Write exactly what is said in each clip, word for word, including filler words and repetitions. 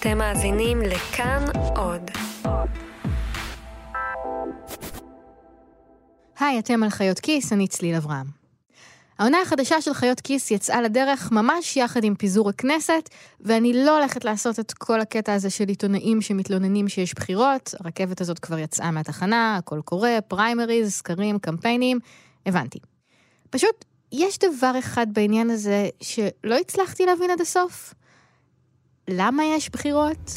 אתם מאזינים לכאן עוד. היי, אתם על חיות כיס, אני צליל אברהם. העונה החדשה של חיות כיס יצאה לדרך ממש יחד עם פיזור הכנסת, ואני לא הולכת לעשות את כל הקטע הזה של עיתונאים שמתלוננים שיש בחירות. הרכבת הזאת כבר יצאה מהתחנה, הכל קורה, פריימריז, סקרים, קמפיינים, הבנתי. פשוט יש דבר אחד בעניין הזה שלא הצלחתי להבין עד הסוף. למה יש בחירות?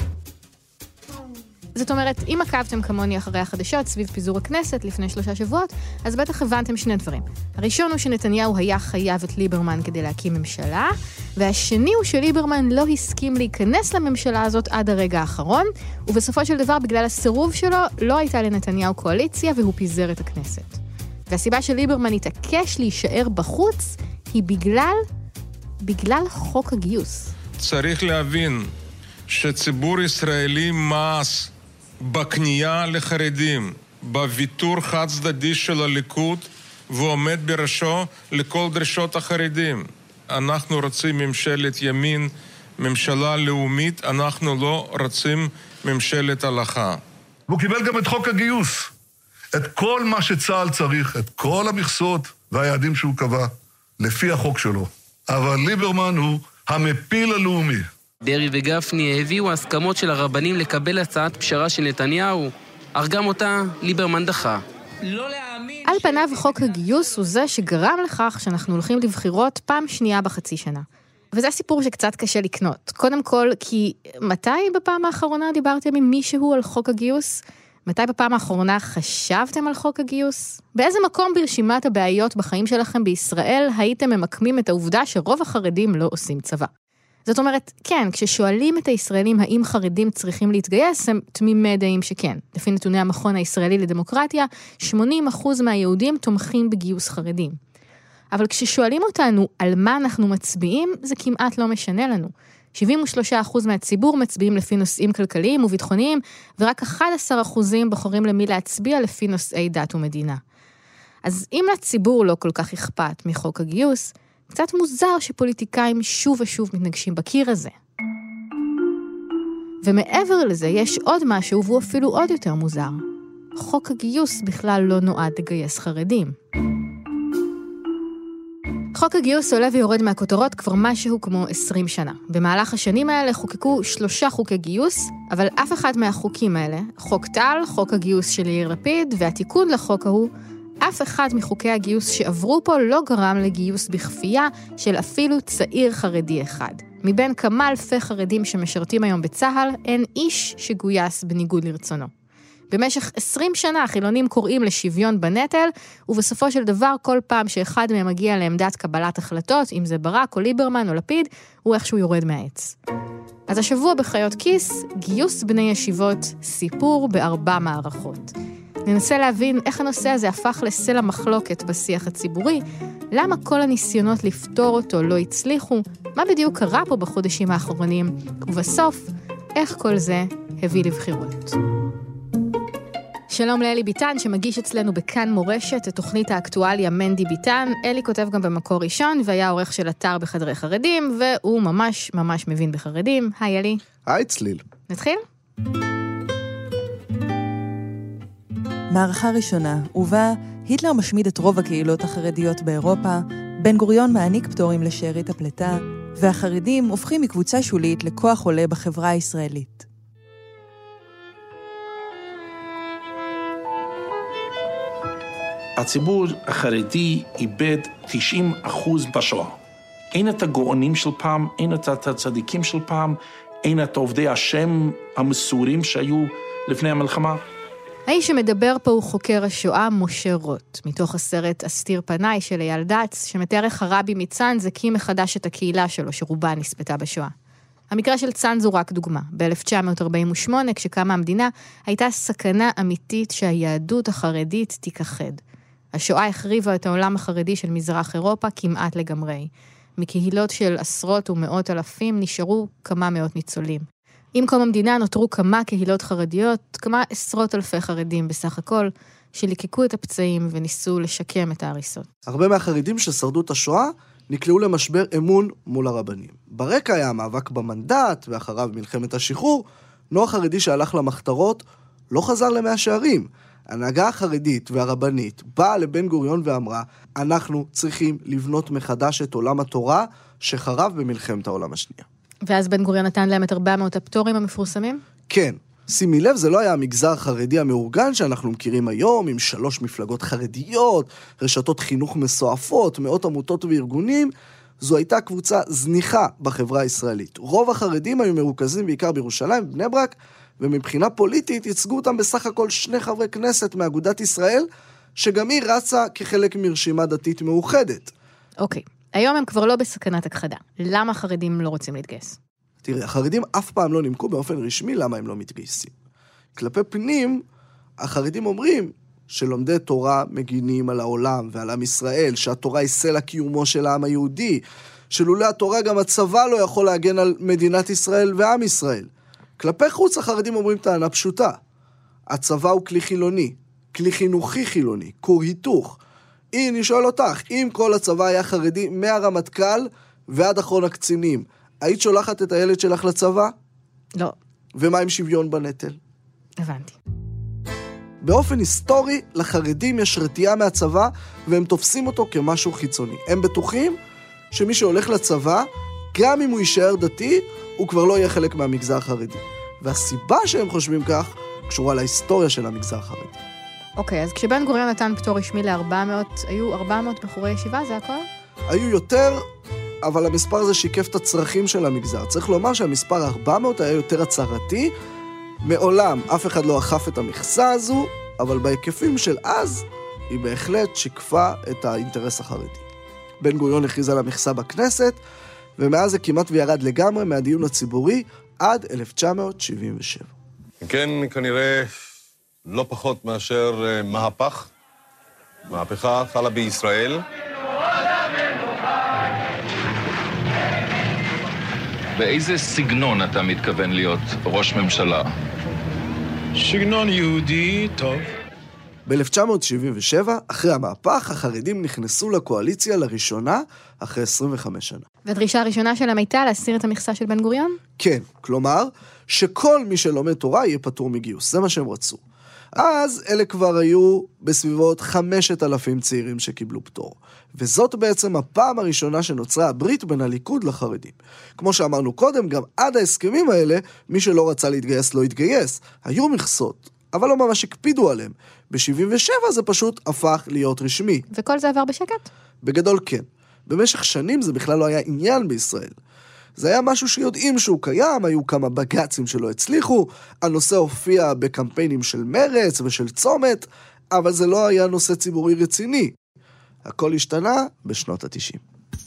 זאת אומרת, אם עקבתם כמוני אחרי החדשות סביב פיזור הכנסת לפני שלושה שבועות, אז בטח הבנתם שני דברים. הראשון הוא שנתניהו היה חייב את ליברמן כדי להקים ממשלה, והשני הוא שליברמן לא הסכים להיכנס לממשלה הזאת עד הרגע האחרון, ובסופו של דבר בגלל הסירוב שלו לא הייתה לנתניהו קואליציה והוא פיזר את הכנסת. והסיבה שליברמן התעקש להישאר בחוץ היא בגלל, בגלל חוק הגיוס. צריך להבין שציבור ישראלי מאס בקנייה לחרדים, בוויתור חד צדדי של הליכוד, ועומד בראשו לכל דרישות החרדים. אנחנו רוצים ממשלת ימין, ממשלה לאומית, אנחנו לא רוצים ממשלת הלכה. והוא קיבל גם את חוק הגיוס, את כל מה שצה"ל צריך, את כל המכסות והיעדים שהוא קבע, לפי החוק שלו. אבל ליברמן הוא המפיל הלאומי. דרי וגפני הביאו הסכמות של הרבנים לקבל הצעת פשרה של נתניהו, אך גם אותה ליברמן דחה. לא להאמין. על פניו חוק הגיוס הוא זה שגרם לכך שאנחנו הולכים לבחירות פעם שנייה בחצי שנה. וזה סיפור שקצת קשה לקנות. קודם כל, כי מתי בפעם האחרונה דיברתם עם מישהו על חוק הגיוס? מתי בפעם האחרונה חשבתם על חוק הגיוס? באיזה מקום ברשימת הבעיות בחיים שלכם בישראל הייתם ממקמים את העובדה שרוב החרדים לא עושים צבא? זאת אומרת, כן, כששואלים את הישראלים האם חרדים צריכים להתגייס, הם תמימי דעים שכן. לפי נתוני המכון הישראלי לדמוקרטיה, שמונים אחוז מהיהודים תומכים בגיוס חרדים. אבל כששואלים אותנו על מה אנחנו מצביעים, זה כמעט לא משנה לנו. שבעים ושלושה אחוז מהציבור מצביעים לפי נושאים כלכליים וביטחוניים, ורק אחד עשר אחוז בוחרים למי להצביע לפי נושאי דת ומדינה. אז אם לציבור לא כל כך אכפת מחוק הגיוס, קצת מוזר שפוליטיקאים שוב ושוב מתנגשים בקיר הזה. ומעבר לזה יש עוד משהו, והוא אפילו עוד יותר מוזר. חוק הגיוס בכלל לא נועד לגייס חרדים. חוק הגיוס עולה ויורד מהכותרות כבר משהו כמו עשרים שנה. במהלך השנים האלה חוקקו שלושה חוקי גיוס, אבל אף אחד מהחוקים האלה, חוק טל, חוק הגיוס של יאיר לפיד, והתיקון לחוק ההוא, אף אחד מחוקי הגיוס שעברו פה לא גרם לגיוס בכפייה של אפילו צעיר חרדי אחד. מבין כמה אלפי חרדים שמשרתים היום בצהל, אין איש שגויס בניגוד לרצונו. במשך עשרים שנה החילונים קוראים לשוויון בנטל, ובסופו של דבר כל פעם שאחד מהם מגיע לעמדת קבלת החלטות, אם זה ברק או ליברמן או לפיד, הוא איכשהו יורד מהעץ. אז השבוע בחיות כיס, גיוס בני ישיבות, סיפור בארבע מערכות. ננסה להבין איך הנושא הזה הפך לסלע מחלוקת בשיח הציבורי, למה כל הניסיונות לפתור אותו לא הצליחו, מה בדיוק קרה פה בחודשים האחרונים, ובסוף, איך כל זה הביא לבחירות. שלום לאלי ביטן, שמגיש אצלנו בכאן מורשת את תוכנית האקטואליה מנדי ביטן. אלי כותב גם במקור ראשון, והיה עורך של אתר בחדרי חרדים, והוא ממש ממש מבין בחרדים. היי אלי. היי צליל. נתחיל? מערכה ראשונה, ובה היטלר משמיד את רוב הקהילות החרדיות באירופה, בן גוריון מעניק פטורים לשארית הפלטה, והחרדים הופכים מקבוצה שולית לכוח עולה בחברה הישראלית. הציבור החרדי איבד תשעים אחוז בשואה. אין את הגאונים של פעם, אין את הצדיקים של פעם, אין את עובדי השם המסורים שהיו לפני המלחמה. האיש שמדבר פה הוא חוקר השואה משה רוט, מתוך הסרט אסתיר פניי של אייל דץ, שמתאר איך הרבי מצאנז הקים מחדש את הקהילה שלו שרובה נספתה בשואה. המקרה של צאנז הוא רק דוגמה. ב-אלף תשע מאות ארבעים ושמונה, כשקמה המדינה, הייתה סכנה אמיתית שהיהדות החרדית תיכחד. השואה החריבה את העולם החרדי של מזרח אירופה כמעט לגמרי. מקהילות של עשרות ומאות אלפים נשארו כמה מאות ניצולים. עם קום המדינה נותרו כמה קהילות חרדיות, כמה עשרות אלפי חרדים בסך הכל, שליקקו את הפצעים וניסו לשקם את ההריסות. הרבה מהחרדים ששרדו את השואה נקלעו למשבר אמון מול הרבנים. ברקע היה המאבק במנדט, ואחריו מלחמת השחרור, נוער חרדי שהלך למחתרות לא חזר למאה שערים. ההנהגה החרדית והרבנית באה לבן גוריון ואמרה, אנחנו צריכים לבנות מחדש את עולם התורה שחרב במלחמת העולם השנייה. ואז בן גוריון נתן להם את ארבע מאות הפטורים המפורסמים? כן. שימי לב, זה לא היה המגזר החרדי המאורגן שאנחנו מכירים היום, עם שלוש מפלגות חרדיות, רשתות חינוך מסועפות, מאות עמותות וארגונים. זו הייתה קבוצה זניחה בחברה הישראלית. רוב החרדים היו מרוכזים בעיקר בירושלים, בני ברק, ומבחינה פוליטית ייצגו אותם בסך הכל שני חברי כנסת מאגודת ישראל, שגם היא רצה כחלק מרשימה דתית מאוחדת. אוקיי, היום הם כבר לא בסכנת הכחדה. למה החרדים לא רוצים להתגייס? תראי, החרדים אף פעם לא נימקו באופן רשמי למה הם לא מתגייסים. כלפי פנים, החרדים אומרים שלומדי תורה מגינים על העולם ועל עם ישראל, שהתורה היא סלע קיומו של העם היהודי, שלולא התורה גם הצבא לא יכול להגן על מדינת ישראל ועם ישראל. כלפי חוץ החרדים אומרים טענה פשוטה. הצבא הוא כלי חילוני, כלי חינוכי חילוני, כור היתוך. הנה, אני שואל אותך, אם כל הצבא היה חרדי מהרמטכ"ל ועד אחרון הקצינים, היית שולחת את הילד שלך לצבא? לא. ומה עם שוויון בנטל? הבנתי. באופן היסטורי, לחרדים יש רתיעה מהצבא, והם תופסים אותו כמשהו חיצוני. הם בטוחים שמי שהולך לצבא, גם אם הוא יישאר דתי, הוא כבר לא יהיה חלק מהמגזר החרדי. והסיבה שהם חושבים כך, קשורה להיסטוריה של המגזר החרדי. אוקיי, אז כשבן גוריון נתן פטור רשמי ל-ארבע מאות, היו ארבע מאות בחורי ישיבה, זה הכל? היו יותר, אבל המספר הזה שיקף את הצרכים של המגזר. צריך לומר שהמספר ארבע מאות היה יותר הצהרתי, מעולם אף אחד לא אכף את המכסה הזו, אבל בהיקפים של אז, היא בהחלט שיקפה את האינטרס החרדי. בן גוריון הכריז על המכסה בכנסת, ומאז זה כמעט וירד לגמרי מהדיון הציבורי עד אלף תשע מאות שבעים ושבע. כן, כנראה לא פחות מאשר מהפך. מהפכה חלה בישראל. באיזה סגנון אתה מתכוון להיות ראש ממשלה? סגנון יהודי טוב. ב-אלף תשע מאות שבעים ושבע, אחרי המהפך, החרדים נכנסו לקואליציה לראשונה אחרי עשרים וחמש שנה. והדרישה הראשונה שלהם הייתה להסיר את המכסה של בן גוריון? כן, כלומר, שכל מי שלומד תורה יהיה פטור מגיוס, זה מה שהם רצו. אז אלה כבר היו בסביבות חמשת אלפים צעירים שקיבלו פטור. וזאת בעצם הפעם הראשונה שנוצרה הברית בין הליכוד לחרדים. כמו שאמרנו קודם, גם עד ההסכמים האלה, מי שלא רצה להתגייס לא התגייס. היו מכסות, אבל לא ממש הקפידו עליהם. ב-שבעים ושבע זה פשוט הפך להיות רשמי. וכל זה עבר בשקט? בגדול כן. במשך שנים זה בכלל לא היה עניין בישראל. זה היה משהו שיודעים שהוא קיים, היו כמה בגצים שלא הצליחו, הנושא הופיע בקמפיינים של מרץ ושל צומת, אבל זה לא היה נושא ציבורי רציני. הכל השתנה בשנות ה-תשעים.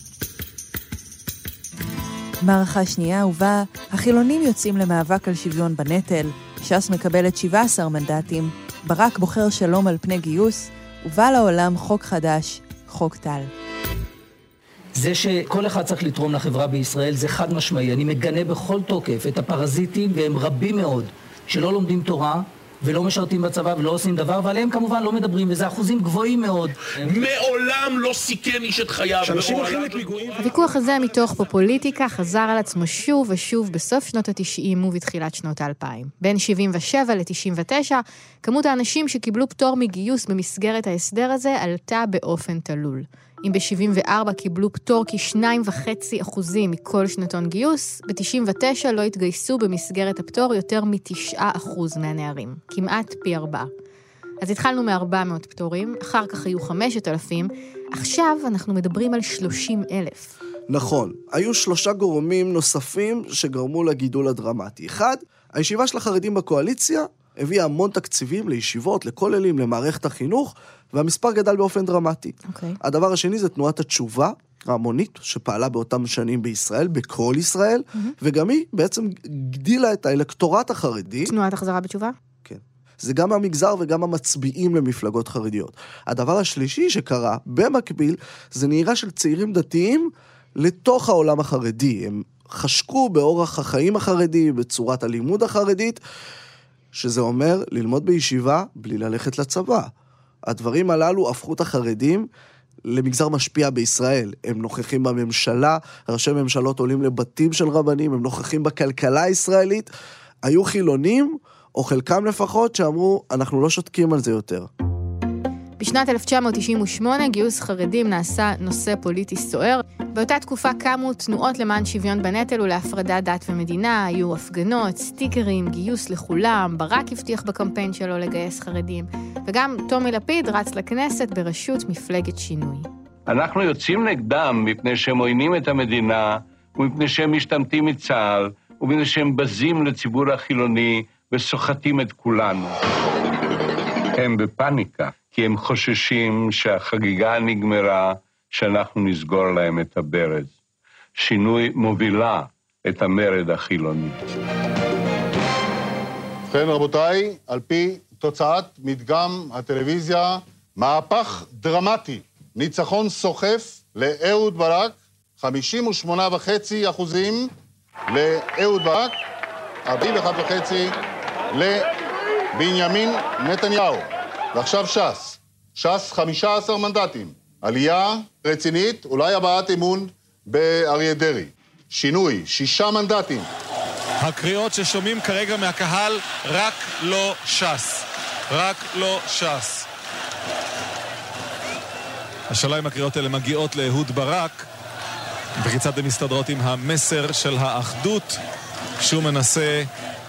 מערכה שנייה ובה החילונים יוצאים למאבק על שוויון בנטל, ש"ס מקבלת שבעה עשר מנדטים, ברק בוחר שלום על פני גיוס, ובא לעולם חוק חדש, חוק טל. זה שכל אחד צריך לתרום לחברה בישראל זה חד משמעי. אני מגנה בכל תוקף את הפרזיטים, והם רבים מאוד, שלא לומדים תורה ולא משרתים בצבא ולא עושים דבר, ועליהם כמובן לא מדברים, וזה אחוזים גבוהים מאוד. מעולם לא סיכן איש את חייו. שאנשים הולכים את פיגועים. הוויכוח הזה מתוך פופוליטיקה חזר על עצמו שוב ושוב בסוף שנות ה-תשעים ובתחילת שנות ה-אלפיים. בין שבעים ושבע ל-תשעים ותשע, כמות האנשים שקיבלו פטור מגיוס במסגרת ההסדר הזה עלתה באופן תלול. אם ב-שבעים וארבע קיבלו פטור כשניים וחצי אחוזים מכל שנתון גיוס, ב-תשעים ותשע לא התגייסו במסגרת הפטור יותר מתשעה אחוז מהנערים, כמעט פי ארבע. אז התחלנו מ-ארבע מאות פטורים, אחר כך היו חמשת אלפים, עכשיו אנחנו מדברים על שלושים אלף. נכון, היו שלושה גורמים נוספים שגרמו לגידול הדרמטי. אחד, הישיבה של החרדים בקואליציה הביאה המון תקציבים לישיבות, לכוללים, למערכת החינוך, והמספר גדל באופן דרמטי. Okay. הדבר השני זה תנועת התשובה ההמונית, שפעלה באותם שנים בישראל, בכל ישראל, mm-hmm. וגם היא בעצם גדילה את האלקטורט החרדי. תנועת החזרה בתשובה? כן. זה גם המגזר וגם המצביעים למפלגות חרדיות. הדבר השלישי שקרה, במקביל, זה נהירה של צעירים דתיים לתוך העולם החרדי. הם חשקו באורח החיים החרדי, בצורת הלימוד החרדית, שזה אומר ללמוד בישיבה בלי ללכת לצבא. הדברים הללו הפכו את החרדים למגזר משפיע בישראל. הם נוכחים בממשלה, ראשי ממשלות עולים לבתים של רבנים, הם נוכחים בכלכלה הישראלית. היו חילונים, או חלקם לפחות, שאמרו, אנחנו לא שותקים על זה יותר. בשנת אלף תשע מאות תשעים ושמונה גיוס חרדים נעשה נושא פוליטי סוער. באותה תקופה קמו תנועות למען שוויון בנטל ולהפרדת דת ומדינה, היו הפגנות, סטיקרים, גיוס לכולם, ברק הבטיח בקמפיין שלו לגייס חרדים, וגם טומי לפיד רץ לכנסת בראשות מפלגת שינוי. אנחנו יוצאים נגדם מפני שהם עוינים את המדינה, ומפני שהם משתמטים מצה"ל, ומפני שהם בזים לציבור החילוני וסוחטים את כולנו. הם בפניקה. כי הם חוששים שהחגיגה נגמרה, שאנחנו נסגור להם את הברז. שינוי מובילה את המרד החילוני. כן, רבותיי, על פי תוצאת מדגם הטלוויזיה, מהפך דרמטי, ניצחון סוחף לאהוד ברק, חמישים ושמונה וחצי אחוזים לאהוד ברק, ארבעים ואחת וחצי לבנימין נתניהו. ועכשיו ש"ס, ש"ס חמישה עשר מנדטים, עלייה רצינית, אולי הבעת אמון באריה דרעי. שינוי, שישה מנדטים. הקריאות ששומעים כרגע מהקהל, רק לא ש"ס. רק לא ש"ס. השאלה אם הקריאות האלה מגיעות לאהוד ברק, וכיצד הן מסתדרות עם המסר של האחדות, כשהוא מנסה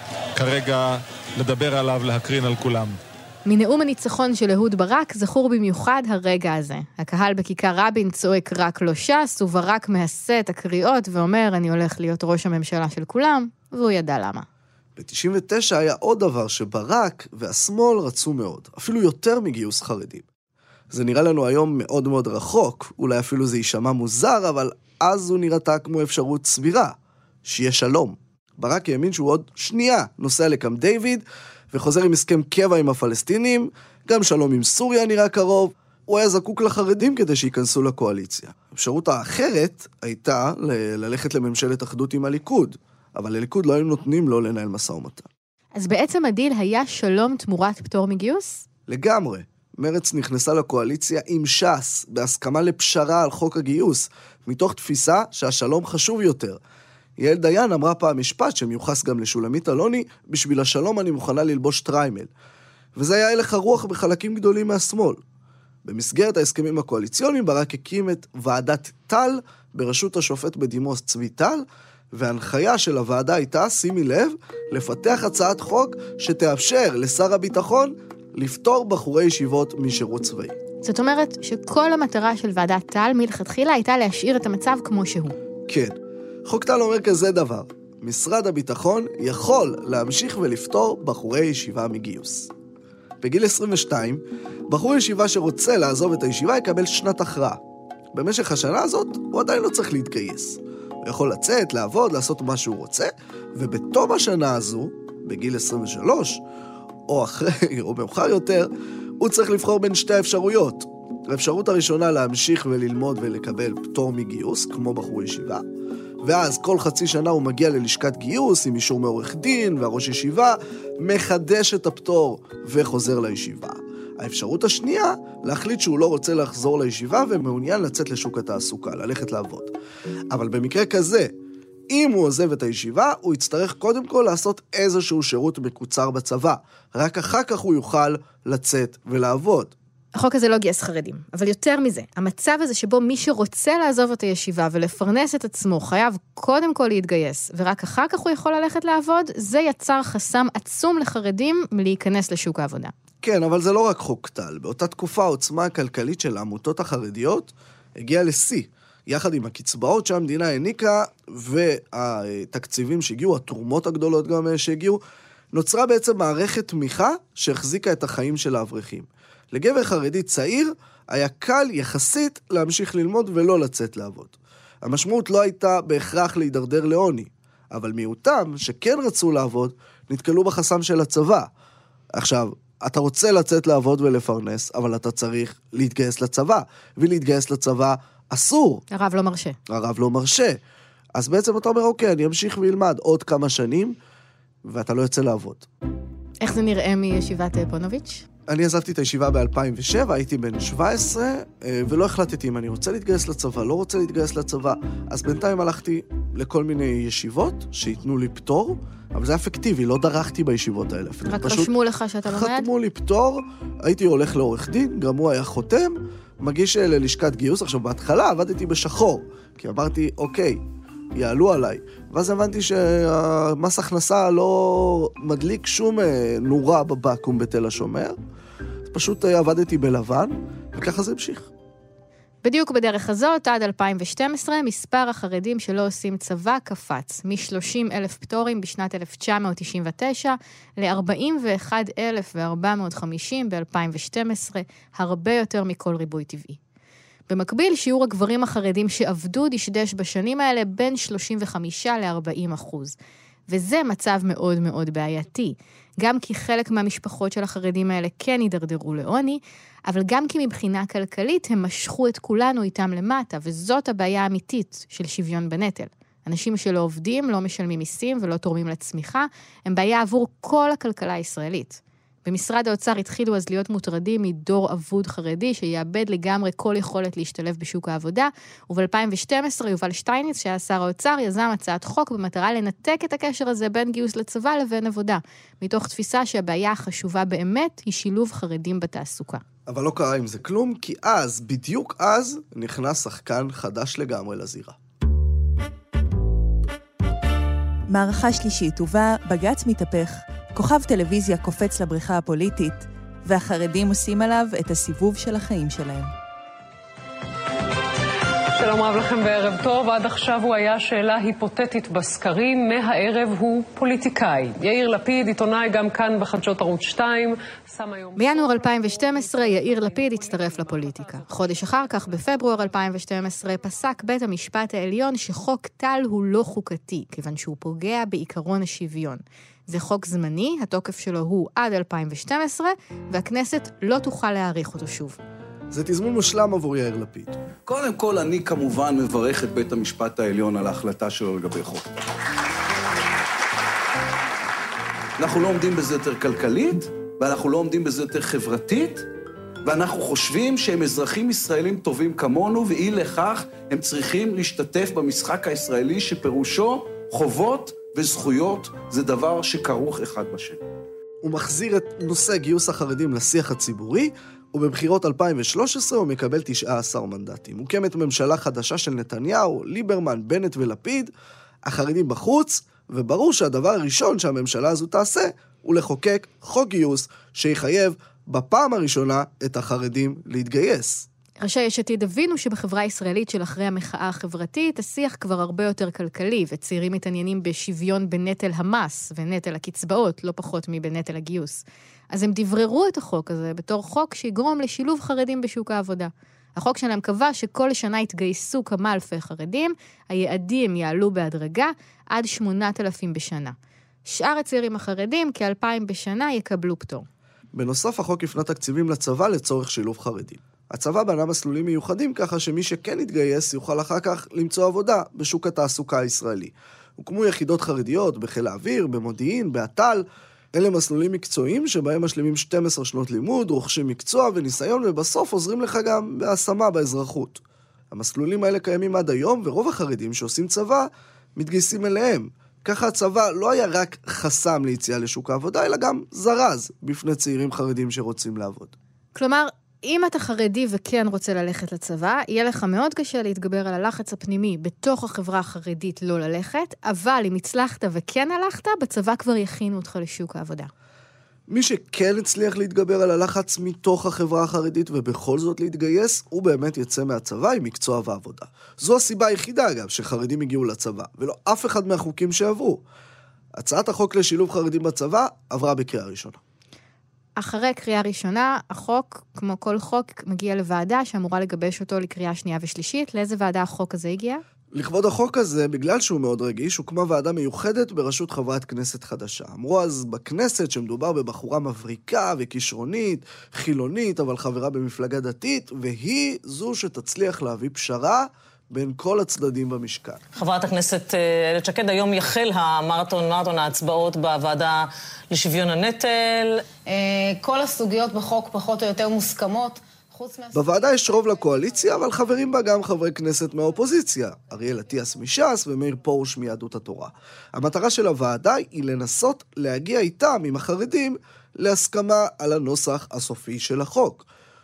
כרגע לדבר עליו, להקרין על כולם. מנאום הניצחון של אהוד ברק זכור במיוחד הרגע הזה. הקהל בכיכר רבין צועק רק לא ש"ס, וברק מעשה את הקריאות ואומר, אני הולך להיות ראש הממשלה של כולם, והוא ידע למה. ב-תשעים ותשע היה עוד דבר שברק והשמאל רצו מאוד, אפילו יותר מגיוס חרדים. זה נראה לנו היום מאוד מאוד רחוק, אולי אפילו זה יישמע מוזר, אבל אז הוא נראתה כמו אפשרות סבירה, שיהיה שלום. ברק האמין שהוא עוד שנייה נוסע לקמפ דיוויד, וחוזר עם הסכם קבע עם הפלסטינים, גם שלום עם סוריה נראה קרוב, הוא היה זקוק לחרדים כדי שיכנסו לקואליציה. האפשרות האחרת הייתה ל- ללכת לממשלת אחדות עם הליכוד, אבל לליכוד לא היו נותנים לו לנהל משא ומתן. אז בעצם הדיל היה שלום תמורת פטור מגיוס? לגמרי. מרץ נכנסה לקואליציה עם ש"ס, בהסכמה לפשרה על חוק הגיוס, מתוך תפיסה שהשלום חשוב יותר. יעל דיין אמרה פעם משפט שמיוחס גם לשולמית אלוני, בשביל השלום אני מוכנה ללבוש טריימל. וזה היה הלך הרוח בחלקים גדולים מהשמאל. במסגרת ההסכמים הקואליציוניים, ברק הקים את ועדת טל, בראשות השופט בדימוס צבי טל, וההנחיה של הוועדה הייתה, שימי לב, לפתח הצעת חוק שתאפשר לשר הביטחון לפטור בחורי ישיבות משירות צבאי. זאת אומרת שכל המטרה של ועדת טל מלכתחילה הייתה להשאיר את המצב כמו שהוא. כן. חוק טל אומר כזה דבר, משרד הביטחון יכול להמשיך ולפטור בחורי ישיבה מגיוס. בגיל עשרים ושתיים, בחור ישיבה שרוצה לעזוב את הישיבה יקבל שנת הכרעה. במשך השנה הזאת הוא עדיין לא צריך להתגייס. הוא יכול לצאת, לעבוד, לעשות מה שהוא רוצה, ובתום השנה הזו, בגיל עשרים ושלוש, או אחרי, או מאוחר יותר, הוא צריך לבחור בין שתי האפשרויות. האפשרות הראשונה להמשיך וללמוד ולקבל פטור מגיוס, כמו בחור ישיבה, ואז כל חצי שנה הוא מגיע ללשכת גיוס עם אישור מעורך דין והראש ישיבה, מחדש את הפטור וחוזר לישיבה. האפשרות השנייה, להחליט שהוא לא רוצה לחזור לישיבה ומעוניין לצאת לשוק התעסוקה, ללכת לעבוד. אבל במקרה כזה, אם הוא עוזב את הישיבה, הוא יצטרך קודם כל לעשות איזשהו שירות מקוצר בצבא. רק אחר כך הוא יוכל לצאת ולעבוד. החוק הזה לא גייס חרדים, אבל יותר מזה, המצב הזה שבו מי שרוצה לעזוב את הישיבה ולפרנס את עצמו חייב קודם כל להתגייס, ורק אחר כך הוא יכול ללכת לעבוד, זה יצר חסם עצום לחרדים מלהיכנס לשוק העבודה. כן, אבל זה לא רק חוק טל. באותה תקופה העוצמה הכלכלית של העמותות החרדיות הגיעה לשיא, יחד עם הקצבאות שהמדינה העניקה, והתקציבים שהגיעו, התרומות הגדולות גם שהגיעו, נוצרה בעצם מערכת תמיכה שהחזיקה את החיים של האברכים. לגבר חרדי צעיר היה קל יחסית להמשיך ללמוד ולא לצאת לעבוד. המשמעות לא הייתה בהכרח להידרדר לעוני, אבל מיעוטם שכן רצו לעבוד נתקלו בחסם של הצבא. עכשיו, אתה רוצה לצאת לעבוד ולפרנס, אבל אתה צריך להתגייס לצבא, ולהתגייס לצבא אסור. הרב לא מרשה. הרב לא מרשה. אז בעצם אתה אומר, אוקיי, אני אמשיך וילמד עוד כמה שנים, ואתה לא יוצא לעבוד. איך זה נראה מישיבת פונוביץ'? אני עזבתי את הישיבה ב-אלפיים ושבע, הייתי בן שבע עשרה, ולא החלטתי אם אני רוצה להתגייס לצבא, לא רוצה להתגייס לצבא. אז בינתיים הלכתי לכל מיני ישיבות שיתנו לי פטור, אבל זה אפקטיבי, לא דרכתי בישיבות האלה. רק רשמו לך שאתה לומד? חתמו לי פטור, הייתי הולך לעורך דין, גם הוא היה חותם, מגיש ללשכת גיוס. עכשיו, בהתחלה עבדתי בשחור, כי אמרתי, אוקיי, יעלו עליי. ואז הבנתי שהמס הכנסה לא מדליק שום נורה בבקו"ם בתל השומר. פשוט עבדתי בלבן, וככה זה המשיך. בדיוק בדרך הזאת, עד אלפיים ושתים עשרה, מספר החרדים שלא עושים צבא קפץ, מ-שלושים אלף פטורים בשנת אלף תשע מאות תשעים ותשע ל-ארבעים ואחד אלף וארבע מאות וחמישים ב-אלפיים ושתים עשרה, הרבה יותר מכל ריבוי טבעי. במקביל, שיעור הגברים החרדים שעבדו דשדש בשנים האלה בין שלושים וחמישה ל-ארבעים אחוז. וזה מצב מאוד מאוד בעייתי. גם כי חלק מהמשפחות של החרדים האלה כן יידרדרו לעוני, אבל גם כי מבחינה כלכלית הם משכו את כולנו איתם למטה, וזאת הבעיה האמיתית של שוויון בנטל. אנשים שלא עובדים, לא משלמים מיסים ולא תורמים לצמיחה, הם בעיה עבור כל הכלכלה הישראלית. במשרד האוצר התחילו אז להיות מוטרדים מדור אבוד חרדי, שיאבד לגמרי כל יכולת להשתלב בשוק העבודה, וב-אלפיים ושתים עשרה יובל שטייניץ, שהיה שר האוצר, יזם הצעת חוק במטרה לנתק את הקשר הזה בין גיוס לצבא לבין עבודה, מתוך תפיסה שהבעיה החשובה באמת היא שילוב חרדים בתעסוקה. אבל לא קרה עם זה כלום, כי אז, בדיוק אז, נכנס שחקן חדש לגמרי לזירה. מערכה שלישית, ובה בג"ץ מתהפך, כוכב טלוויזיה קופץ לבריכה הפוליטית, והחרדים עושים עליו את הסיבוב של החיים שלהם. שלום רב לכם וערב טוב. עד עכשיו הוא היה שאלה היפותטית בסקרים, מהערב הוא פוליטיקאי. יאיר לפיד, עיתונאי גם כאן בחדשות ערוץ שתיים, שם היום... בינואר אלפיים ושתים עשרה יאיר לפיד הצטרף לפוליטיקה. חודש אחר כך, בפברואר אלפיים ושתים עשרה, פסק בית המשפט העליון שחוק טל הוא לא חוקתי, כיוון שהוא פוגע בעיקרון השוויון. זה חוק זמני, התוקף שלו הוא עד אלפיים ושתים עשרה, והכנסת לא תוכל להאריך אותו שוב. זה תזמון מושלם עבור יאיר לפיד. קודם כל, אני כמובן מברך את בית המשפט העליון על ההחלטה שלו לגבי חוק. אנחנו לא עומדים בזה יותר כלכלית, ואנחנו לא עומדים בזה יותר חברתית, ואנחנו חושבים שהם אזרחים ישראלים טובים כמונו, ואי לכך הם צריכים להשתתף במשחק הישראלי שפירושו חובות וזכויות, זה דבר שכרוך אחד בשני. הוא מחזיר את נושא גיוס החרדים לשיח הציבורי, ובבחירות אלפיים ושלוש עשרה הוא מקבל תשעה עשר מנדטים. מוקמת ממשלה חדשה של נתניהו, ליברמן, בנט ולפיד, החרדים בחוץ, וברור שהדבר הראשון שהממשלה הזו תעשה, הוא לחוקק חוק גיוס שיחייב בפעם הראשונה את החרדים להתגייס. ראשי יש עתיד הבינו שבחברה הישראלית של אחרי המחאה החברתית, השיח כבר הרבה יותר כלכלי, וצעירים מתעניינים בשוויון בנטל המס ונטל הקצבאות, לא פחות מבנטל הגיוס. אז הם דבררו את החוק הזה בתור חוק שיגרום לשילוב חרדים בשוק העבודה. החוק שלהם קבע שכל שנה יתגייסו כמה אלפי חרדים, היעדים יעלו בהדרגה עד שמונת אלפים בשנה. שאר הצעירים החרדים, כאלפיים בשנה, יקבלו פטור. בנוסף, החוק הפנה תקציבים לצבא לצורך שילוב חרדים. הצבא בנה מסלולים מיוחדים ככה שמי שכן יתגייס יוכל אחר כך למצוא עבודה בשוק התעסוקה הישראלי. הוקמו יחידות חרדיות בחיל האוויר, במודיעין, באט"ל. אלה מסלולים מקצועיים שבהם משלימים שתים עשרה שנות לימוד, רוכשים מקצוע וניסיון, ובסוף עוזרים לך גם בהשמה באזרחות. המסלולים האלה קיימים עד היום, ורוב החרדים שעושים צבא מתגייסים אליהם. ככה הצבא לא היה רק חסם ליציאה לשוק העבודה, אלא גם זרז בפני צעירים חרדים שרוצים לעבוד. כלומר, אם אתה חרדי וכן רוצה ללכת לצבא, יהיה לך מאוד קשה להתגבר על הלחץ הפנימי בתוך החברה החרדית לא ללכת, אבל אם הצלחת וכן הלכת, בצבא כבר יכינו אותך לשוק העבודה. מי שכן הצליח להתגבר על הלחץ מתוך החברה החרדית ובכל זאת להתגייס, הוא באמת יצא מהצבא עם מקצוע ועבודה. זו הסיבה היחידה, אגב, שחרדים הגיעו לצבא, ולא אף אחד מהחוקים שעברו. הצעת החוק לשילוב חרדים בצבא עברה בקריאה ראשונה. אחרי קריאה ראשונה, החוק, כמו כל חוק, מגיע לוועדה שאמורה לגבש אותו לקריאה שנייה ושלישית. לאיזה ועדה החוק הזה הגיע? לכבוד החוק הזה, בגלל שהוא מאוד רגיש, הוקמה ועדה מיוחדת בראשות חברת כנסת חדשה. אמרו אז בכנסת שמדובר בבחורה מבריקה וכישרונית, חילונית, אבל חברה במפלגה דתית, והיא זו שתצליח להביא פשרה בין כל הצדדים במשכן. חברת הכנסת איילת שקד, היום יחל המרתון, מרתון ההצבעות בוועדה לשוויון הנטל. כל הסוגיות בחוק פחות או יותר מוסכמות. בוועדה יש רוב לקואליציה, אבל חברים בה גם חברי כנסת מהאופוזיציה, אריאל אטיאס מש"ס ומאיר פרוש מיהדות התורה. המטרה של הוועדה היא לנסות להגיע איתם, עם החרדים, להסכמה על הנוסח הסופי של החוק.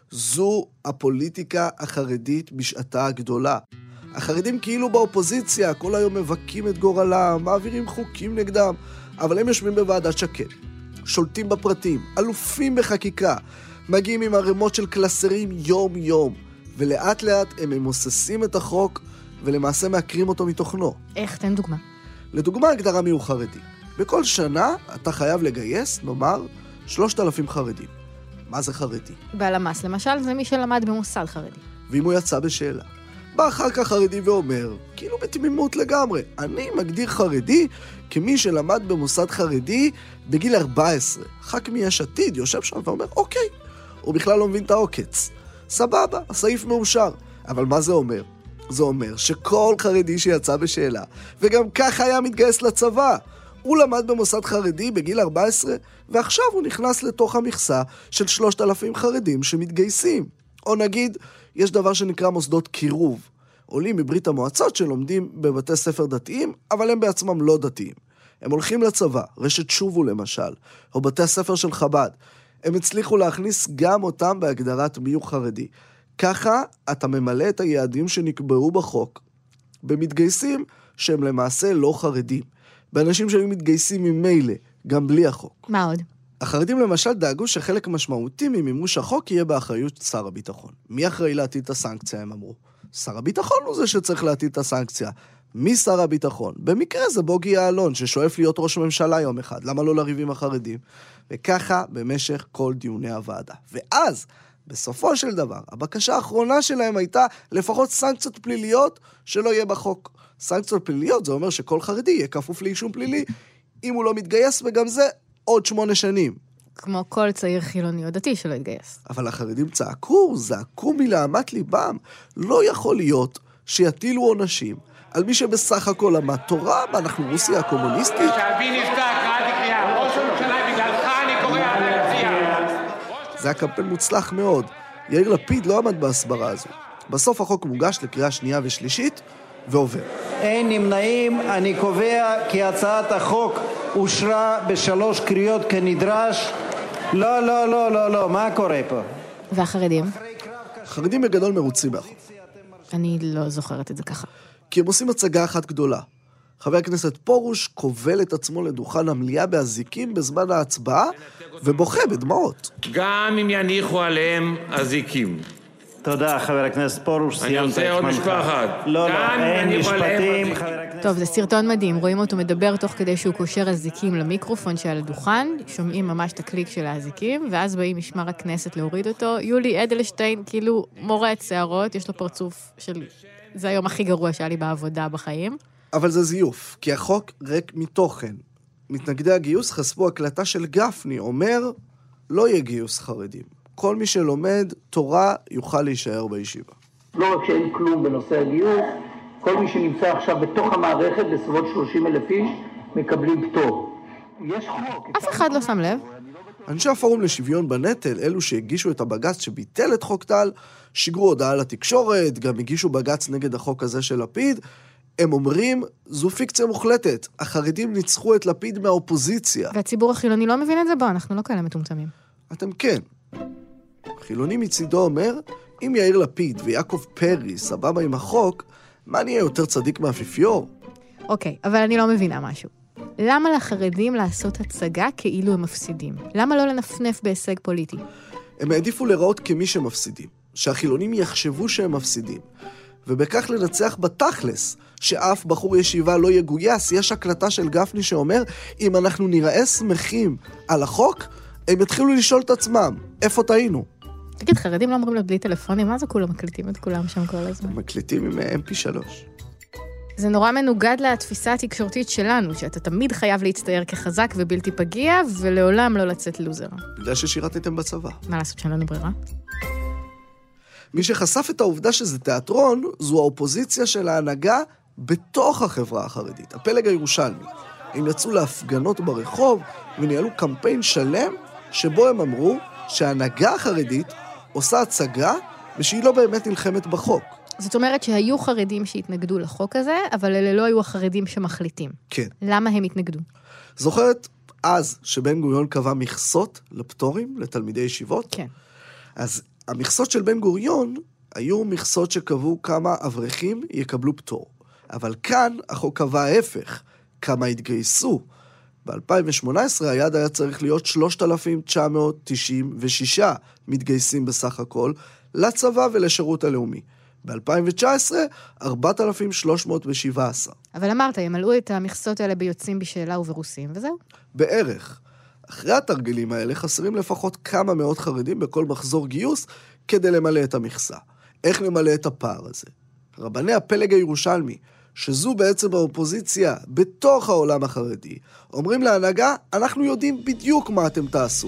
זו הפוליטיקה החרדית בשעתה הגדולה. החרדים כאילו באופוזיציה, כל היום מבקים את גורלם, מעבירים חוקים נגדם, אבל הם יושבים בוועדת שקד, שולטים בפרטים, אלופים בחקיקה, מגיעים עם הרמות של קלסרים יום יום, ולאט לאט הם ממוססים את החוק, ולמעשה מעקרים אותו מתוכנו. איך? תן דוגמה. לדוגמה, הגדרה מיהו חרדי. בכל שנה אתה חייב לגייס, נאמר, שלושת אלפים חרדים. מה זה חרדי? בלמ"ס, למשל, זה מי שלמד במוסד חרדי. ואם הוא יצא בשאלה. בא אחר כך חרדי ואומר, כאילו בתמימות לגמרי, אני מגדיר חרדי כמי שלמד במוסד חרדי בגיל ארבע עשרה. ח"כ מיש עתיד יושב שם ואומר, אוקיי, הוא בכלל לא מבין את העוקץ. סבבה, הסעיף מאושר. אבל מה זה אומר? זה אומר שכל חרדי שיצא בשאלה, וגם ככה היה מתגייס לצבא, הוא למד במוסד חרדי בגיל ארבע עשרה, ועכשיו הוא נכנס לתוך המכסה של שלושת אלפים חרדים שמתגייסים. או נגיד, יש דבר שנקרא מוסדות קירוב. עולים מברית המועצות שלומדים בבתי ספר דתיים, אבל הם בעצמם לא דתיים. הם הולכים לצבא, רשת שובו למשל, או בתי הספר של חב"ד. הם הצליחו להכניס גם אותם בהגדרת מיהו חרדי. ככה אתה ממלא את היעדים שנקבעו בחוק, במתגייסים שהם למעשה לא חרדים. באנשים שהיו מתגייסים ממילא, גם בלי החוק. מה עוד? החרדים למשל דאגו שחלק משמעותי ממימוש החוק יהיה באחריות שר הביטחון. מי אחראי להטיל את הסנקציה, הם אמרו? שר הביטחון הוא זה שצריך להטיל את הסנקציה. מי שר הביטחון? במקרה זה בוגי יעלון, ששואף להיות ראש ממשלה יום אחד. למה לא לריב עם החרדים? וככה במשך כל דיוני הוועדה. ואז, בסופו של דבר, הבקשה האחרונה שלהם הייתה לפחות סנקציות פליליות שלא יהיה בחוק. סנקציות פליליות זה אומר שכל חרדי יהיה כפוף לאישום פלילי, אם הוא לא מתגייס, וגם זה עוד שמונה שנים. כמו כל צעיר חילוני או דתי שלא יתגייס. אבל החרדים צעקו, זעקו מלהמת ליבם. לא יכול להיות שיטילו עונשים על מי שבסך הכל למד תורה, ואנחנו רוסיה הקומוניסטית. שאבי נפתח, קראתי קריאה, ראש הממשלה, בגללך אני קורא על להציע. זה היה קמפיין מוצלח מאוד. יאיר לפיד לא עמד בהסברה הזו. בסוף החוק מוגש לקריאה שנייה ושלישית, ועובר. אין נמנעים, אני קובע כי הצעת החוק אושרה בשלוש קריאות כנדרש. לא, לא, לא, לא, לא, מה קורה פה? והחרדים? החרדים בגדול מרוצים מהחוק. אני לא זוכרת את זה ככה. כי הם עושים הצגה אחת גדולה. חבר הכנסת פרוש כובל את עצמו לדוכן המליאה באזיקים בזמן ההצבעה, ובוכה בדמעות. גם אם יניחו עליהם אזיקים. תודה, חבר הכנסת פרוש. אני רוצה עוד משפחת. לא, לא, אין משפטים. טוב, זה סרטון מדהים. רואים אותו מדבר תוך כדי שהוא קושר אזיקים למיקרופון שעל הדוכן, שומעים ממש את הקליק של האזיקים, ואז באים משמר הכנסת להוריד אותו. יולי אדלשטיין, כאילו מורט שערות, יש לו פרצוף של... זה היום הכי גרוע שהיה לי בעבודה בחיים. אבל זה זיוף, כי החוק ריק מתוכן. מתנגדי הגיוס חשפו הקלטה של גפני, אומר, לא יהיה גיוס חרדים. כל מי שלומד תורה יוכל להישאר בישיבה. לא רק שאין כלום בנושא הגיוס, כל מי שנמצא עכשיו בתוך המערכת, בסביבות שלושים אלף איש, מקבלים פטור. יש חוק. אף אחד לא שם לב. אנשי הפורום לשוויון בנטל, אלו שהגישו את הבג"ץ שביטל את חוק טל, שיגרו הודעה לתקשורת, גם הגישו בג"ץ נגד החוק הזה של לפיד. הם אומרים, זו פיקציה מוחלטת. החרדים ניצחו את לפיד מהאופוזיציה. והציבור החילוני לא מבין את זה? בוא, אנחנו לא כאלה מטומטמים. אתם כן. חילוני מצידו אומר, אם יאיר לפיד ויעקב פרי סבבה עם החוק, מה נהיה יותר צדיק מהאפיפיור? אוקיי, אבל אני לא מבינה משהו. למה לחרדים לעשות הצגה כאילו הם מפסידים? למה לא לנפנף בהישג פוליטי? הם העדיפו לראות כמי שמפסידים, שהחילונים יחשבו שהם מפסידים, ובכך לנצח בתכלס, שאף בחור ישיבה לא יגויס. יש הקלטה של גפני שאומר, אם אנחנו נראה שמחים על החוק, הם יתחילו לשאול את עצמם, איפה טעינו? תגיד, חרדים לא אמורים להיות בלי טלפונים? מה זה כולם מקליטים את כולם שם כל הזמן? מקליטים עם אם פי שלוש. זה נורא מנוגד לתפיסה התקשורתית שלנו, שאתה תמיד חייב להצטייר כחזק ובלתי פגיע, ולעולם לא לצאת לוזר. בגלל ששירתתם בצבא. מה לעשות שאין לנו ברירה? מי שחשף את העובדה שזה תיאטרון, זו האופוזיציה של ההנהגה בתוך החברה החרדית, הפלג הירושלמי. הם יצאו להפגנות ברחוב וניהלו קמפיין שלם שבו הם אמרו שההנהגה החרדית עושה הצגה ושהיא לא באמת נלחמת בחוק. זאת אומרת שהיו חרדים שהתנגדו לחוק הזה, אבל אלה לא היו החרדים שמחליטים. כן. למה הם התנגדו? זוכרת אז שבן גוריון קבע מכסות לפטורים לתלמידי ישיבות? כן. אז המכסות של בן גוריון היו מכסות שקבעו כמה אברכים יקבלו פטור. אבל כאן החוק קבע ההפך, כמה התגייסו. ב-אלפיים שמונה עשרה היעד היה צריך להיות שלושת אלפים תשע מאות תשעים ושש מתגייסים בסך הכל לצבא ולשירות הלאומי. ב-אלפיים תשע עשרה, ארבעת אלפים שלוש מאות שבע עשרה. אבל אמרת, הם עלו את המכסות האלה ביוצאים בשאלה וברוסים, וזהו. בערך. אחרי התרגילים האלה חסרים לפחות כמה מאות חרדים בכל מחזור גיוס כדי למלא את המכסה. איך למלא את הפער הזה? רבני הפלג הירושלמי, שזו בעצם האופוזיציה בתוך העולם החרדי, אומרים להנהגה, אנחנו יודעים בדיוק מה אתם תעשו.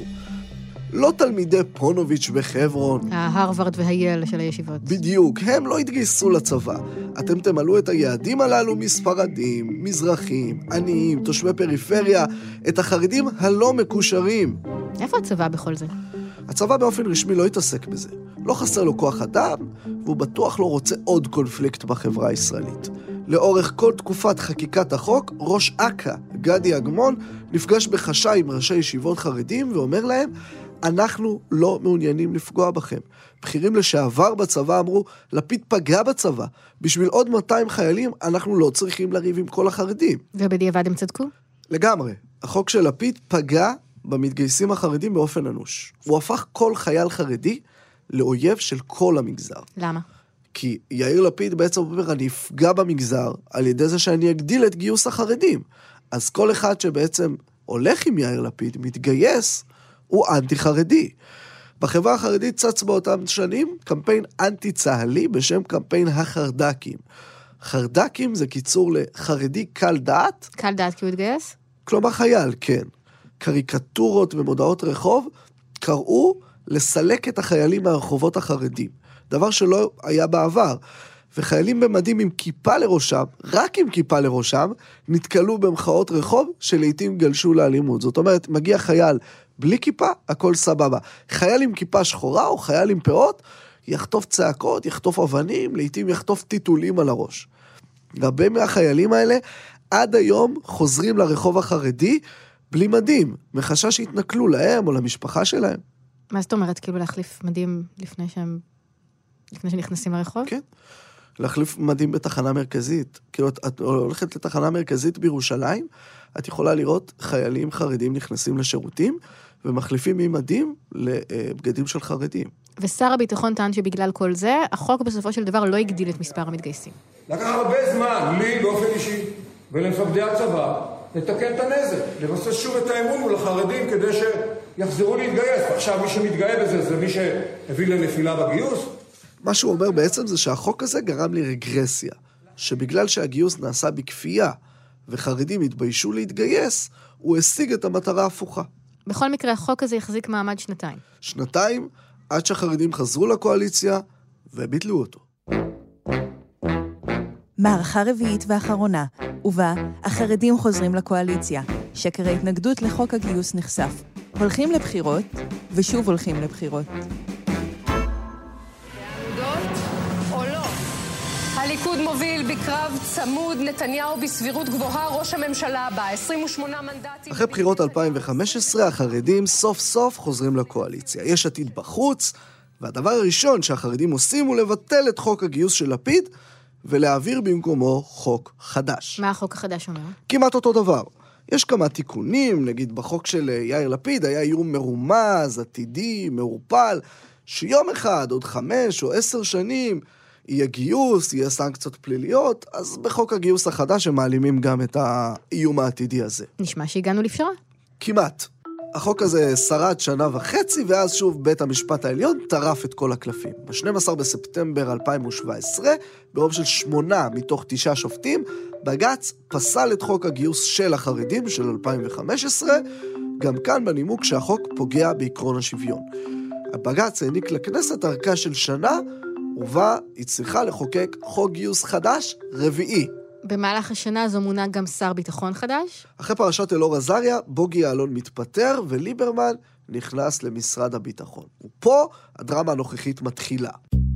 לא תלמידי פונוביץ' בחברון. ההרווארד והייל של הישיבות. בדיוק, הם לא התגייסו לצבא. אתם תמלאו את היעדים הללו מספרדים, מזרחים, עניים, תושבי פריפריה, את החרדים הלא מקושרים. איפה הצבא בכל זה? הצבא באופן רשמי לא יתעסק בזה. לא חסר לו כוח אדם, והוא בטוח לא רוצה עוד קונפליקט בחברה הישראלית. לאורך כל תקופת חקיקת החוק, ראש אכ"א, גדי אגמון, נפגש בחשאי עם ראשי ישיבות חרדים ואומר להם, אנחנו לא מעוניינים לפגוע בכם. בכירים לשעבר בצבא אמרו, לפיד פגע בצבא. בשביל עוד מאתיים חיילים, אנחנו לא צריכים לריב עם כל החרדים. ובדיעבד הם צדקו? לגמרי. החוק של לפיד פגע במתגייסים החרדים באופן אנוש. הוא הפך כל חייל חרדי לאויב של כל המגזר. למה? כי יאיר לפיד בעצם אומר, אני אפגע במגזר על ידי זה שאני אגדיל את גיוס החרדים. אז כל אחד שבעצם הולך עם יאיר לפיד, מתגייס, הוא אנטי-חרדי. בחברה החרדית צץ באותם שנים קמפיין אנטי-צהלי בשם קמפיין החרדקים. חרדקים זה קיצור לחרדי קל דעת. קל דעת כי הוא התגייס? כלומר חייל, כן. קריקטורות ומודעות רחוב קראו לסלק את החיילים מהרחובות החרדים. דבר שלא היה בעבר. וחיילים במדים עם כיפה לראשם, רק עם כיפה לראשם, נתקלו במחאות רחוב שלעיתים גלשו לאלימות. זאת אומרת, מגיע חייל בלי כיפה, הכל סבבה. חייל עם כיפה שחורה או חייל עם פאות, יחטוף צעקות, יחטוף אבנים, לעיתים יחטוף טיטולים על הראש. הרבה מהחיילים האלה עד היום חוזרים לרחוב החרדי בלי מדים, מחשש שהתנכלו להם או למשפחה שלהם. מה זאת אומרת? כאילו להחליף מדים לפני שהם, לפני שנכנסים לרחוב? כן. להחליף מדים בתחנה מרכזית. כאילו, את, את הולכת לתחנה מרכזית בירושלים, את יכולה לראות חיילים חרדים נכנסים לשירותים, ומחליפים ממדים לבגדים של חרדים. ושר הביטחון טען שבגלל כל זה, החוק בסופו של דבר לא הגדיל את מספר המתגייסים. לקח הרבה זמן, לי באופן אישי, ולמפקדי הצבא, לתקן את הנזק, לבסס שוב את האמון מול החרדים, כדי שיחזרו להתגייס. עכשיו מי שמתגאה בזה, זה מי שהביא לנפילה בגיוס. מה שהוא אומר בעצם זה שהחוק הזה גרם לי רגרסיה, שבגלל שהגיוס נעשה בכפייה, וחרדים התביישו להתגייס, הוא השיג את המטרה ההפוכה. בכל מקרה, החוק הזה יחזיק מעמד שנתיים. שנתיים, עד שהחרדים חזרו לקואליציה, וביטלו אותו. מערכה רביעית ואחרונה, ובה החרדים חוזרים לקואליציה. שקר ההתנגדות לחוק הגיוס נחשף. הולכים לבחירות, ושוב הולכים לבחירות. הליכוד מוביל בקרב צמוד, נתניהו בסבירות גבוהה, ראש הממשלה הבא, עשרים ושמונה מנדטים. אחרי בחירות אלפיים וחמש עשרה, החרדים סוף סוף חוזרים לקואליציה. יש עתיד בחוץ, והדבר הראשון שהחרדים עושים הוא לבטל את חוק הגיוס של לפיד, ולהעביר במקומו חוק חדש. מה החוק החדש אומר? כמעט אותו דבר. יש כמה תיקונים, נגיד בחוק של יאיר לפיד, היה איום מרומז, עתידי, מעורפל, שיום אחד, עוד חמש או עשר שנים, יהיה גיוס, יהיה סנקציות פליליות, אז בחוק הגיוס החדש הם מעלימים גם את האיום העתידי הזה. נשמע שהגענו לפשרה. כמעט. החוק הזה שרד שנה וחצי, ואז שוב בית המשפט העליון טרף את כל הקלפים. ב-שנים עשר בספטמבר אלפיים שבע עשרה, ברוב של שמונה מתוך תשעה שופטים, בג"ץ פסל את חוק הגיוס של החרדים של אלפיים וחמש עשרה, גם כאן בנימוק שהחוק פוגע בעקרון השוויון. הבג"ץ העניק לכנסת ארכה של שנה, ובה היא צריכה לחוקק חוק גיוס חדש רביעי. במהלך השנה הזו מונה גם שר ביטחון חדש? אחרי פרשת אלאור עזריה, בוגי יעלון מתפטר וליברמן נכנס למשרד הביטחון. ופה הדרמה הנוכחית מתחילה.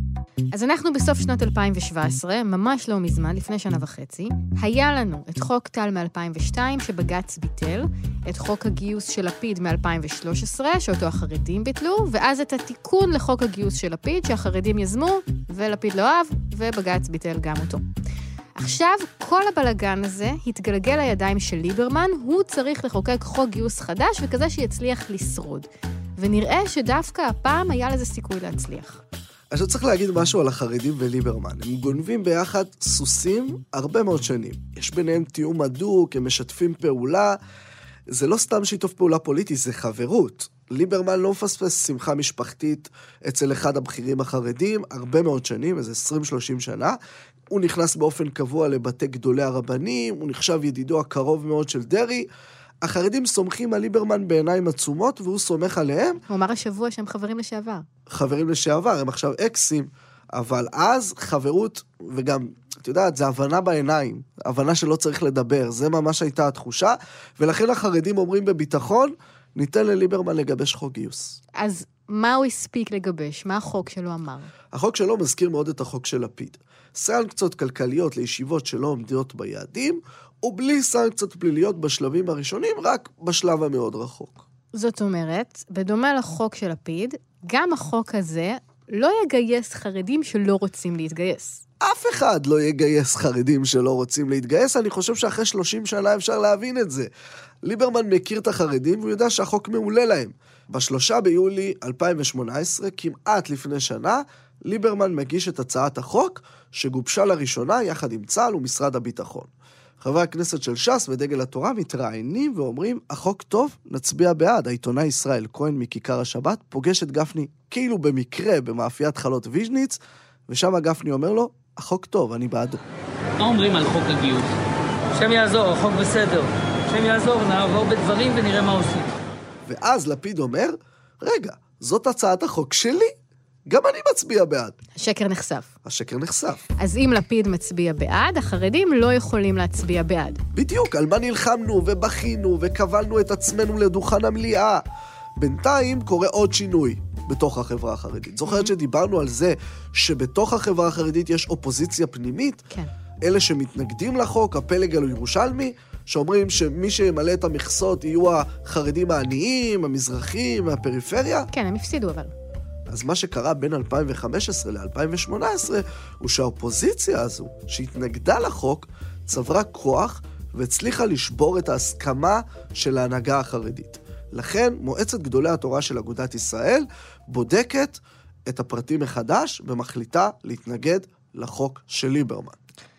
אז אנחנו בסוף שנת אלפיים שבע עשרה, ממש לא מזמן, לפני שנה וחצי, היה לנו את חוק טל מ-אלפיים ושתיים שבג"ץ ביטל, את חוק הגיוס של לפיד מ-אלפיים ושלוש עשרה, שאותו החרדים ביטלו, ואז את התיקון לחוק הגיוס של לפיד, שהחרדים יזמו, ולפיד לא אהב, ובג"ץ ביטל גם אותו. עכשיו, כל הבלגן הזה התגלגל לידיים של ליברמן, הוא צריך לחוקק חוק גיוס חדש, וכזה שיצליח לשרוד. ונראה שדווקא הפעם היה לזה סיכוי להצליח. עכשיו צריך להגיד משהו על החרדים וליברמן. הם גונבים ביחד סוסים הרבה מאוד שנים. יש ביניהם תיאום הדוק, הם משתפים פעולה. זה לא סתם שיתוף פעולה פוליטי, זה חברות. ליברמן לא מפספס שמחה משפחתית אצל אחד הבכירים החרדים, הרבה מאוד שנים, איזה עשרים שלושים שנה. הוא נכנס באופן קבוע לבתי גדולי הרבנים, הוא נחשב ידידו הקרוב מאוד של דרי. החרדים סומכים על ליברמן בעיניים עצומות, והוא סומך עליהם. הוא אמר השבוע שהם חברים לשעבר. חברים לשעבר, הם עכשיו אקסים, אבל אז חברות, וגם, את יודעת, זה הבנה בעיניים, הבנה שלא צריך לדבר, זה ממש הייתה התחושה, ולכן החרדים אומרים בביטחון, ניתן לליברמן לגבש חוק גיוס. אז מה הוא הספיק לגבש? מה החוק שלו אמר? החוק שלו מזכיר מאוד את החוק של לפיד. סנקציות כלכליות לישיבות שלא עומדות ביעדים, ובלי סנקציות פליליות בשלבים הראשונים, רק בשלב המאוד רחוק. זאת אומרת, בדומה לחוק של לפיד, גם החוק הזה לא יגייס חרדים שלא רוצים להתגייס. אף אחד לא יגייס חרדים שלא רוצים להתגייס, אני חושב שאחרי שלושים שנה אפשר להבין את זה. ליברמן מכיר את החרדים, והוא יודע שהחוק מעולה להם. בשלושה ביולי אלפיים שמונה עשרה, כמעט לפני שנה, ליברמן מגיש את הצעת החוק, שגובשה לראשונה יחד עם צה"ל ומשרד הביטחון. חברי הכנסת של ש"ס ודגל התורה מתראיינים ואומרים, החוק טוב, נצביע בעד. העיתונאי ישראל כהן מכיכר השבת פוגש את גפני כאילו במקרה במאפיית חלות ויז'ניץ, ושם גפני אומר לו, החוק טוב, אני בעדו. מה אומרים על חוק הגיוס? שם יעזור, החוק בסדר. שם יעזור, נעבור בדברים ונראה מה עושים. ואז לפיד אומר, רגע, זאת הצעת החוק שלי. גם אני מצביע בעד. השקר נחשף. השקר נחשף. אז אם לפיד מצביע בעד, החרדים לא יכולים להצביע בעד. בדיוק, על מה נלחמנו ובכינו וקבלנו את עצמנו לדוכן המליאה. בינתיים קורה עוד שינוי בתוך החברה החרדית. זוכרת שדיברנו על זה שבתוך החברה החרדית יש אופוזיציה פנימית? כן. אלה שמתנגדים לחוק, הפלג הירושלמי, שאומרים שמי שימלא את המכסות יהיו החרדים העניים, המזרחים, מהפריפריה. כן, הם הפסידו אבל. אז מה שקרה בין אלפיים וחמש עשרה ל-אלפיים ושמונה עשרה הוא שהאופוזיציה הזו, שהתנגדה לחוק, צברה כוח והצליחה לשבור את ההסכמה של ההנהגה החרדית. לכן מועצת גדולי התורה של אגודת ישראל בודקת את הפרטים מחדש ומחליטה להתנגד לחוק של ליברמן.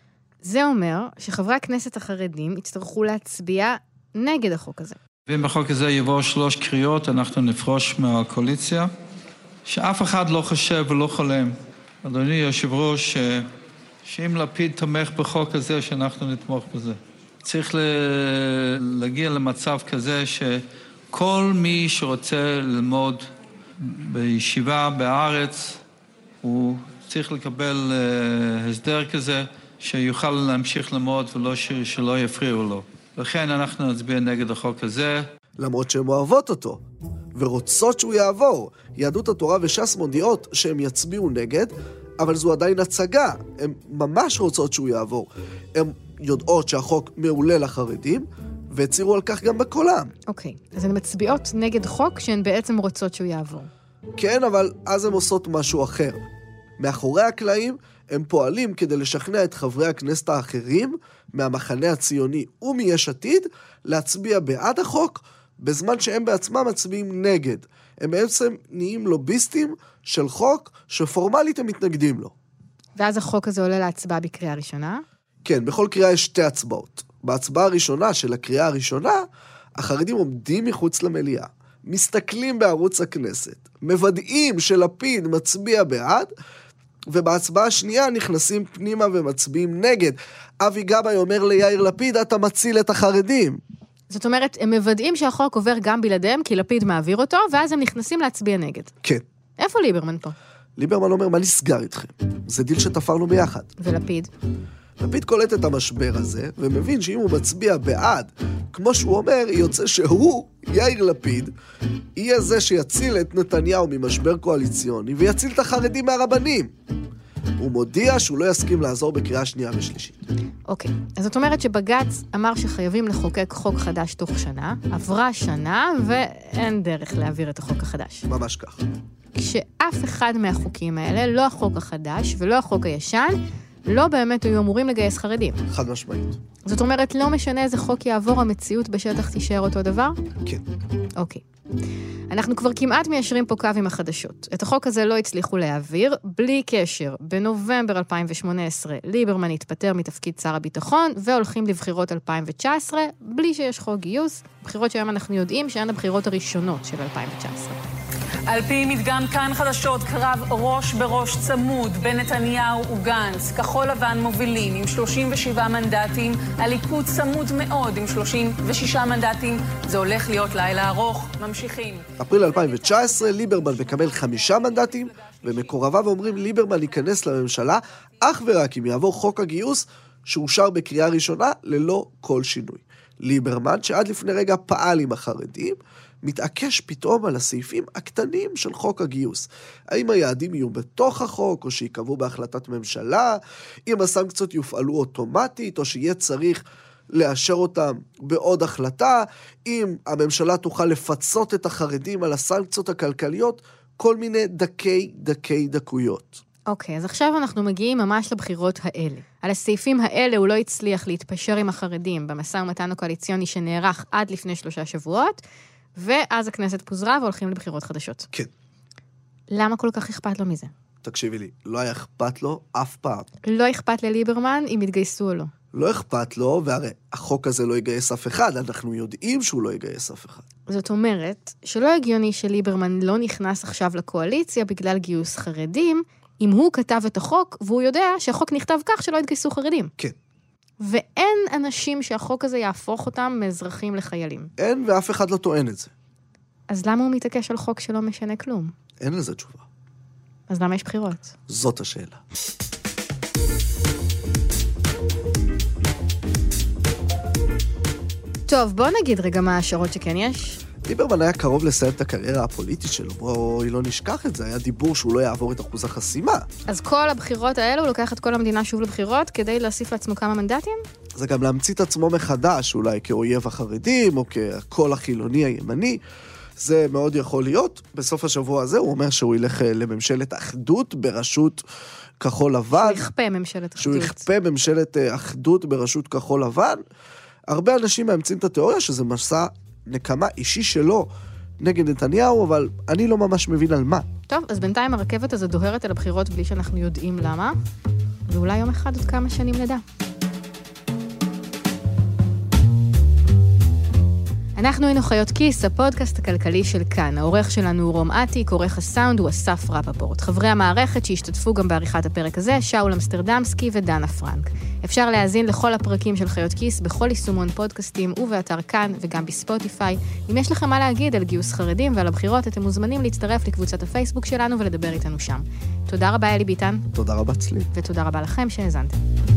זה אומר שחברי הכנסת החרדים יצטרכו להצביע נגד החוק הזה. ואם בחוק הזה יבוא שלוש קריאות, אנחנו נפרוש מהקואליציה. שאף אחד לא חושב ולא חולם, אדוני יושב ראש, שאם לפיד תומך בחוק הזה, שאנחנו נתמוך בזה. צריך להגיע למצב כזה שכל מי שרוצה ללמוד בישיבה בארץ, הוא צריך לקבל הסדר כזה, שיוכל להמשיך ללמוד ולא שלא יפריעו לו. לכן אנחנו נצביע נגד החוק הזה. למרות שהן אוהבות אותו. ורוצות שהוא יעבור. יהדות התורה וש"ס מודיעות שהם יצביעו נגד, אבל זו עדיין הצגה. הן ממש רוצות שהוא יעבור. הן יודעות שהחוק מעולה לחרדים, והצירו על כך גם בקולם. אוקיי, אז הן מצביעות נגד חוק שהן בעצם רוצות שהוא יעבור. כן, אבל אז הן עושות משהו אחר. מאחורי הקלעים הם פועלים כדי לשכנע את חברי הכנסת האחרים, מהמחנה הציוני ומיש עתיד, להצביע בעד החוק, בזמן שהם בעצמם מצביעים נגד. הם בעצם נהיים לוביסטים של חוק שפורמלית הם מתנגדים לו. ואז החוק הזה עולה להצבעה בקריאה ראשונה? כן, בכל קריאה יש שתי הצבעות. בהצבעה הראשונה של הקריאה הראשונה, החרדים עומדים מחוץ למליאה, מסתכלים בערוץ הכנסת, מוודאים שלפיד מצביע בעד, ובהצבעה השנייה נכנסים פנימה ומצביעים נגד. אבי גבאי אומר ליאיר לפיד, אתה מציל את החרדים. זאת אומרת, הם מוודאים שהחוק עובר גם בלעדיהם, כי לפיד מעביר אותו, ואז הם נכנסים להצביע נגד. כן. איפה ליברמן פה? ליברמן אומר, מה נסגר איתכם? זה דיל שתפרנו ביחד. ולפיד? לפיד קולט את המשבר הזה, ומבין שאם הוא מצביע בעד, כמו שהוא אומר, יוצא שהוא, יאיר לפיד, יהיה זה שיציל את נתניהו ממשבר קואליציוני, ויציל את החרדים מהרבנים. הוא מודיע שהוא לא יסכים לעזור בקריאה שנייה ושלישית. אוקיי, אז זאת אומרת שבג"ץ אמר שחייבים לחוקק חוק חדש תוך שנה, עברה שנה, ואין דרך להעביר את החוק החדש. ממש כך. כשאף אחד מהחוקים האלה, לא החוק החדש ולא החוק הישן, לא באמת היו אמורים לגייס חרדים. חד משמעית. זאת אומרת, לא משנה איזה חוק יעבור, המציאות בשטח תישאר אותו דבר? כן. אוקיי. אנחנו כבר כמעט מיישרים פה קו עם החדשות. את החוק הזה לא הצליחו להעביר, בלי קשר. בנובמבר אלפיים שמונה עשרה, ליברמן התפטר מתפקיד שר הביטחון, והולכים לבחירות אלפיים תשע עשרה, בלי שיש חוק גיוס, בחירות שהיום אנחנו יודעים שהן הבחירות הראשונות של אלפיים תשע עשרה. על פי מדגם כאן חדשות, קרב ראש בראש צמוד בין נתניהו וגנץ. כחול לבן מובילים עם שלושים ושבעה מנדטים, הליכוד צמוד מאוד עם שלושים ושישה מנדטים. זה הולך להיות לילה ארוך. ממשיכים. אפריל אלפיים תשע עשרה, ליברמן מקבל חמישה מנדטים, ומקורביו אומרים ליברמן ייכנס לממשלה, אך ורק אם יעבור חוק הגיוס שאושר בקריאה ראשונה ללא כל שינוי. ליברמן, שעד לפני רגע פעל עם החרדים, מתעקש פתאום על הסעיפים הקטנים של חוק הגיוס. האם היעדים יהיו בתוך החוק, או שיקבעו בהחלטת ממשלה, אם הסנקציות יופעלו אוטומטית, או שיהיה צריך לאשר אותם בעוד החלטה, אם הממשלה תוכל לפצות את החרדים על הסנקציות הכלכליות, כל מיני דקי דקי דקויות. אוקיי, אז עכשיו אנחנו מגיעים ממש לבחירות האלה. על הסעיפים האלה הוא לא הצליח להתפשר עם החרדים במשא ומתן הקואליציוני שנערך עד לפני שלושה שבועות, ואז הכנסת פוזרה והולכים לבחירות חדשות. כן. למה כל כך אכפת לו מזה? תקשיבי לי, לא היה אכפת לו אף פעם. לא אכפת לליברמן אם יתגייסו או לא. לא אכפת לו, והרי החוק הזה לא יגייס אף אחד, אנחנו יודעים שהוא לא יגייס אף אחד. זאת אומרת, שלא הגיוני שליברמן לא נכנס עכשיו לקואליציה בגלל גיוס חרדים, אם הוא כתב את החוק, והוא יודע שהחוק נכתב כך שלא יתגייסו חרדים. כן. ואין אנשים שהחוק הזה יהפוך אותם מאזרחים לחיילים. אין, ואף אחד לא טוען את זה. אז למה הוא מתעקש על חוק שלא משנה כלום? אין לזה תשובה. אז למה יש בחירות? זאת השאלה. טוב, בוא נגיד רגע מה השערות שכן יש. ליברמן היה קרוב לסיים את הקריירה הפוליטית שלו, בואי לא נשכח את זה, היה דיבור שהוא לא יעבור את אחוז החסימה. אז כל הבחירות האלו הוא לוקח את כל המדינה שוב לבחירות כדי להוסיף לעצמו כמה מנדטים? זה גם להמציא את עצמו מחדש, אולי כאויב החרדים או כקול החילוני הימני. זה מאוד יכול להיות. בסוף השבוע הזה הוא אומר שהוא ילך לממשלת אחדות בראשות כחול לבן. שהוא יכפה ממשלת אחדות. שהוא יכפה ממשלת אחדות בראשות כחול לבן. הרבה אנשים מאמצים את התיאוריה שזה מסע נקמה אישי שלו נגד נתניהו, אבל אני לא ממש מבין על מה. טוב, אז בינתיים הרכבת הזו דוהרת אל הבחירות בלי שאנחנו יודעים למה, ואולי יום אחד עוד כמה שנים נדע. אנחנו היינו חיות כיס, הפודקאסט הכלכלי של כאן. העורך שלנו הוא רום עתיק, עורך הסאונד הוא אסף רפפורט. חברי המערכת שהשתתפו גם בעריכת הפרק הזה, שאול אמסטרדמסקי ודנה פרנק. אפשר להאזין לכל הפרקים של חיות כיס בכל יישומון פודקאסטים ובאתר כאן וגם בספוטיפיי. אם יש לכם מה להגיד על גיוס חרדים ועל הבחירות, אתם מוזמנים להצטרף לקבוצת הפייסבוק שלנו ולדבר איתנו שם. תודה רבה אלי ביטן. תודה רבה צלי. ותודה רבה לכם שהאזנתם.